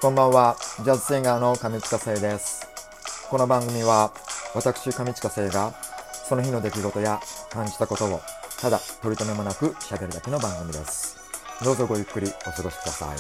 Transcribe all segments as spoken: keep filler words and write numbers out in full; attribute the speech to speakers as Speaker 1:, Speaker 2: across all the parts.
Speaker 1: こんばんは、ジャズシンガーの上塚聖です。この番組は私上塚聖がその日の出来事や感じたことをただ取り留めもなく喋るだけの番組です。どうぞごゆっくりお過ごしください。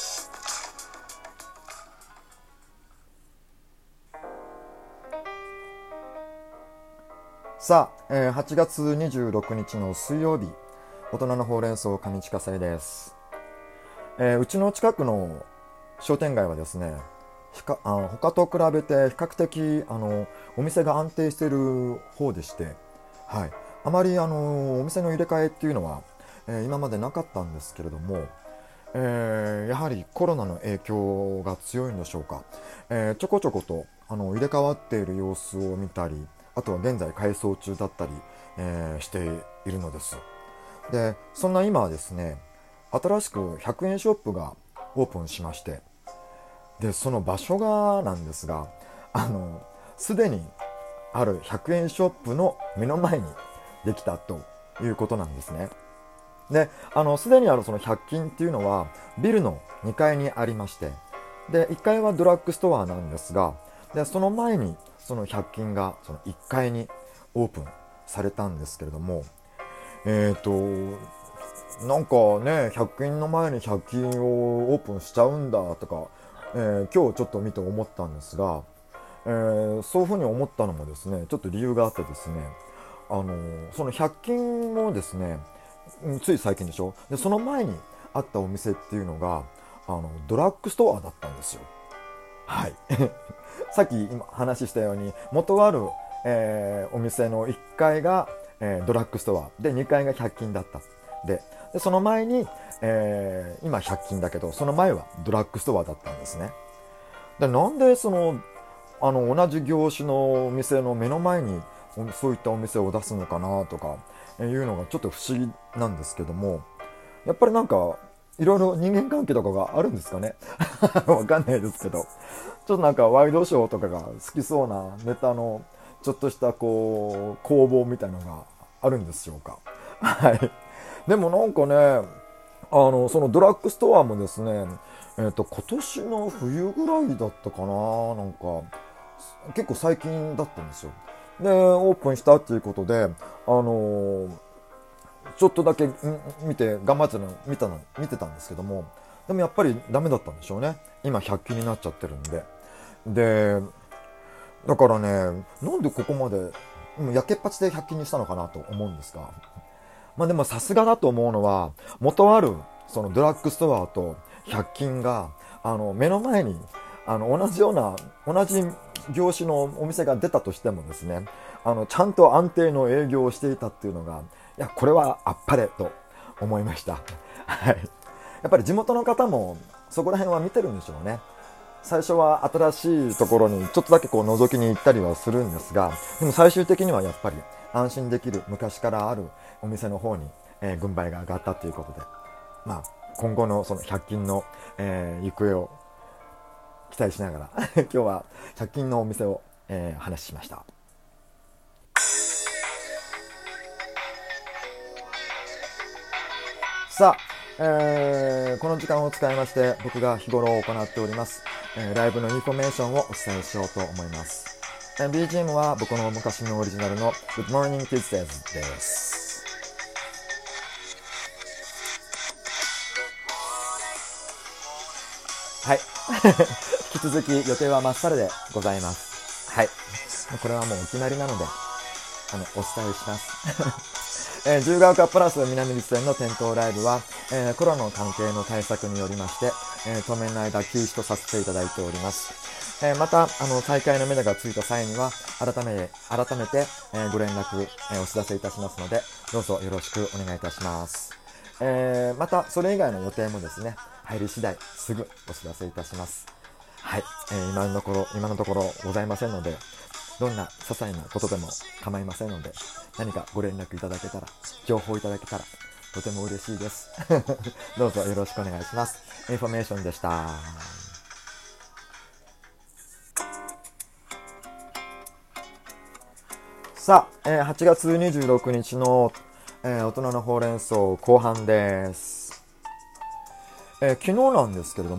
Speaker 1: さあ、えー、はちがつにじゅうろくにちの水曜日、大人のほうれん草上塚聖です。えー、うちの近くの商店街はですね、ひかあの他と比べて比較的あのお店が安定している方でして、はい、あまりあのお店の入れ替えっていうのは、えー今までなかったんですけれども、えーやはりコロナの影響が強いんでしょうか、えーちょこちょことあの入れ替わっている様子を見たり、あとは現在改装中だったり、えーしているのです。で、そんな今はですね、新しくひゃくえんショップがオープンしまして、でその場所がなんですが、あのすでにあるひゃくえんショップの目の前にできたということなんですね。で、あのすでにあるそのひゃく均っていうのはビルのにかいにありまして、でいっかいはドラッグストアなんですが、でその前にそのひゃく均がそのいっかいにオープンされたんですけれども、えっ、となんかね、ひゃく均の前にひゃく均をオープンしちゃうんだとか、えー今日ちょっと見て思ったんですが、えーそういうふうに思ったのもですね、ちょっと理由があってですね、あのーそのひゃく均もですね、うんつい最近でしょ。で、その前にあったお店っていうのが、あのドラッグストアだったんですよ。はい。さっき今話したように、元ある、えーお店のいっかいが、えードラッグストアでにかいがひゃく均だった。で、でその前に、えー今ひゃく均だけど、その前はドラッグストアだったんですね。で、なんでそのあの同じ業種のお店の目の前におそういったお店を出すのかなとかえーいうのがちょっと不思議なんですけども、やっぱりなんかいろいろ人間関係とかがあるんですかね。わかんないですけど、ちょっとなんかワイドショーとかが好きそうなネタのちょっとしたこう攻防みたいなのがあるんでしょうか。はい。でもなんかね、あのそのドラッグストアもですね、えっと今年の冬ぐらいだったかな、なんか結構最近だったんですよ。でオープンしたっていうことで、あのーちょっとだけん見て頑張っての見たの見てたんですけども、でもやっぱりダメだったんでしょうね。今ひゃく均になっちゃってるんで。でだからね、なんでここまでもうやけっぱちでひゃく均にしたのかなと思うんですが、まあでもさすがだと思うのは、元あるそのドラッグストアとひゃく均があの目の前にあの同じような同じ業種のお店が出たとしてもですね、あのちゃんと安定の営業をしていたっていうのが、いやこれはあっぱれと思いました。はい。やっぱり地元の方もそこら辺は見てるんでしょうね。最初は新しいところにちょっとだけこう覗きに行ったりはするんですが、でも最終的にはやっぱり安心できる昔からあるお店の方に、えー軍配が上がったということで、まあ今後のそのひゃく均の、えー行方を期待しながら今日はひゃく均のお店を、えー話しました。さあ、えーこの時間を使いまして僕が日頃行っております、えーライブのインフォメーションをお伝えしようと思います。えー ビージーエム は僕の昔のオリジナルの Good Morning Tuesdays です。はい。引き続き予定はまっさらでございます。はい。これはもうお決まりなので、あの、お伝えします。えー、自由が丘プラス南口線の店頭ライブは、えーコロナの関係の対策によりまして、えー当面の間休止とさせていただいております。えーまた、あの、再開の目処がついた際には、改め、改めて、えーご連絡、えーお知らせいたしますので、どうぞよろしくお願いいたします。えーまた、それ以外の予定もですね、入り次第、すぐお知らせいたします。はい、えー今のところ、今のところございませんので、どんな些細なことでも構いませんので、何かご連絡いただけたら、情報いただけたら、とても嬉しいです。どうぞよろしくお願いします。インフォメーションでした。さあ、えーはちがつにじゅうろくにちの、えー大人のほうれん草後半です。えー昨日なんですけれども、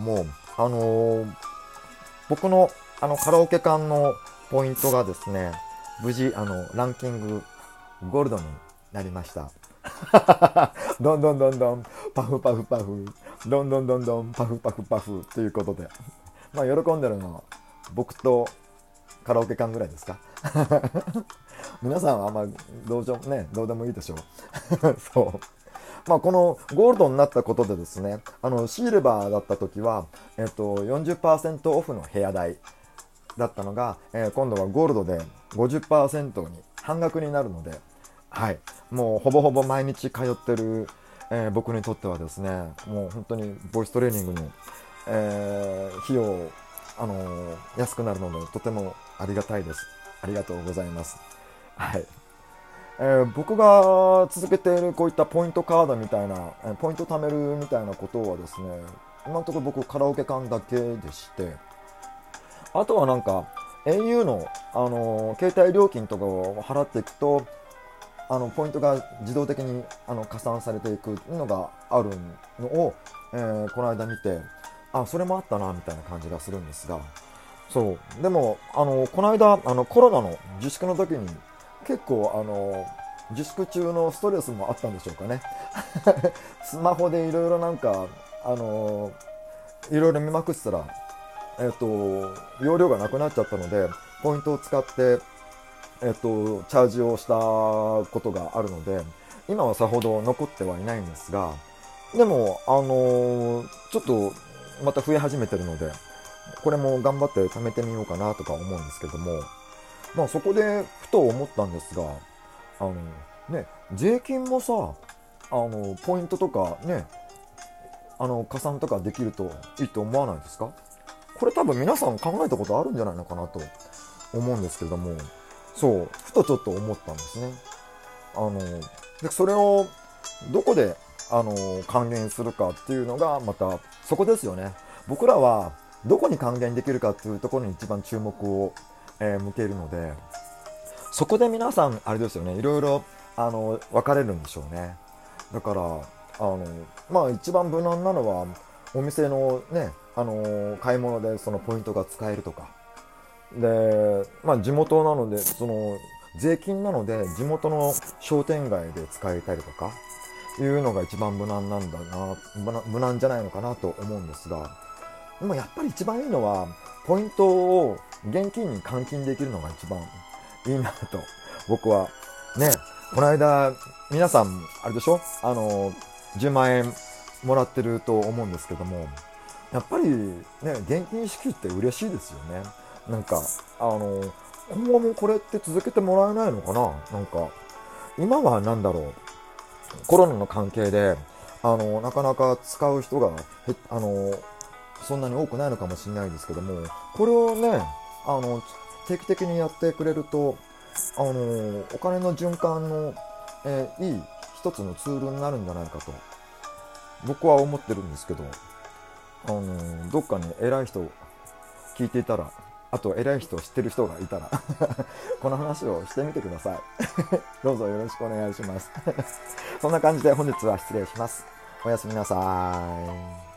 Speaker 1: あのー僕のあのカラオケ館のポイントがですね、無事あのランキングゴールドになりました。どんどんどんどんパフパフパフ、どんどんどんどんパフパフパフということで、まあ喜んでるのは僕とカラオケ館ぐらいですか。皆さんはあんまどうしようね、どうでもいいでしょう。そう。まあ、このゴールドになったことでですね、あのシルバーだった時は、えっと、よんじゅっパーセントオフの部屋代だったのが、えー今度はゴールドで ごじゅっパーセント に半額になるので、はい、もうほぼほぼ毎日通ってる、えー僕にとってはですね、もう本当にボイストレーニングの、えー費用、あのー安くなるのでとてもありがたいです。ありがとうございます。はい。えー僕が続けているこういったポイントカードみたいな、えーポイント貯めるみたいなことはですね、今のところ僕カラオケ館だけでして、あとはなんか エーユー の、あのー携帯料金とかを払っていくと、あのポイントが自動的にあの加算されていくのがあるのを、えーこの間見て、あ、それもあったなみたいな感じがするんですが、そうでもあのこの間あのコロナの自粛の時に結構あの自粛中のストレスもあったんでしょうかね。スマホでいろいろなんかあのいろいろ見まくってたら、えっと容量がなくなっちゃったので、ポイントを使ってえっとチャージをしたことがあるので、今はさほど残ってはいないんですが、でもあのちょっとまた増え始めてるので、これも頑張って貯めてみようかなとか思うんですけども、まあそこでふと思ったんですが、あのね、税金もさ、あのポイントとかね、あの加算とかできるといいと思わないですか？これ多分皆さん考えたことあるんじゃないのかなと思うんですけれども、そうふとちょっと思ったんですね。あのでそれをどこであの還元するかっていうのがまたそこですよね。僕らはどこに還元できるかっていうところに一番注目を、えー向けるので、そこで皆さんあれですよね、いろいろあの分かれるんでしょうね。だからあのまあ一番無難なのはお店のね、あの買い物でそのポイントが使えるとかで、まあ地元なのでその税金なので地元の商店街で使えたりとかいうのが一番無難なんだな、無難無難じゃないのかなと思うんですが、でもやっぱり一番いいのはポイントを現金に換金できるのが一番いいなと僕はね。この間皆さんあれでしょ、あのじゅうまん円もらってると思うんですけども、やっぱりね現金支給って嬉しいですよね。なんかあの今後もこれって続けてもらえないのかな。なんか今はなんだろう、コロナの関係であのなかなか使う人がへあのそんなに多くないのかもしれないですけども、これをねあの定期的にやってくれると、あのお金の循環の、えーいい一つのツールになるんじゃないかと僕は思ってるんですけど、あのどっかに偉い人聞いていたら、あと偉い人知ってる人がいたらこの話をしてみてください。どうぞよろしくお願いします。そんな感じで本日は失礼します。おやすみなさい。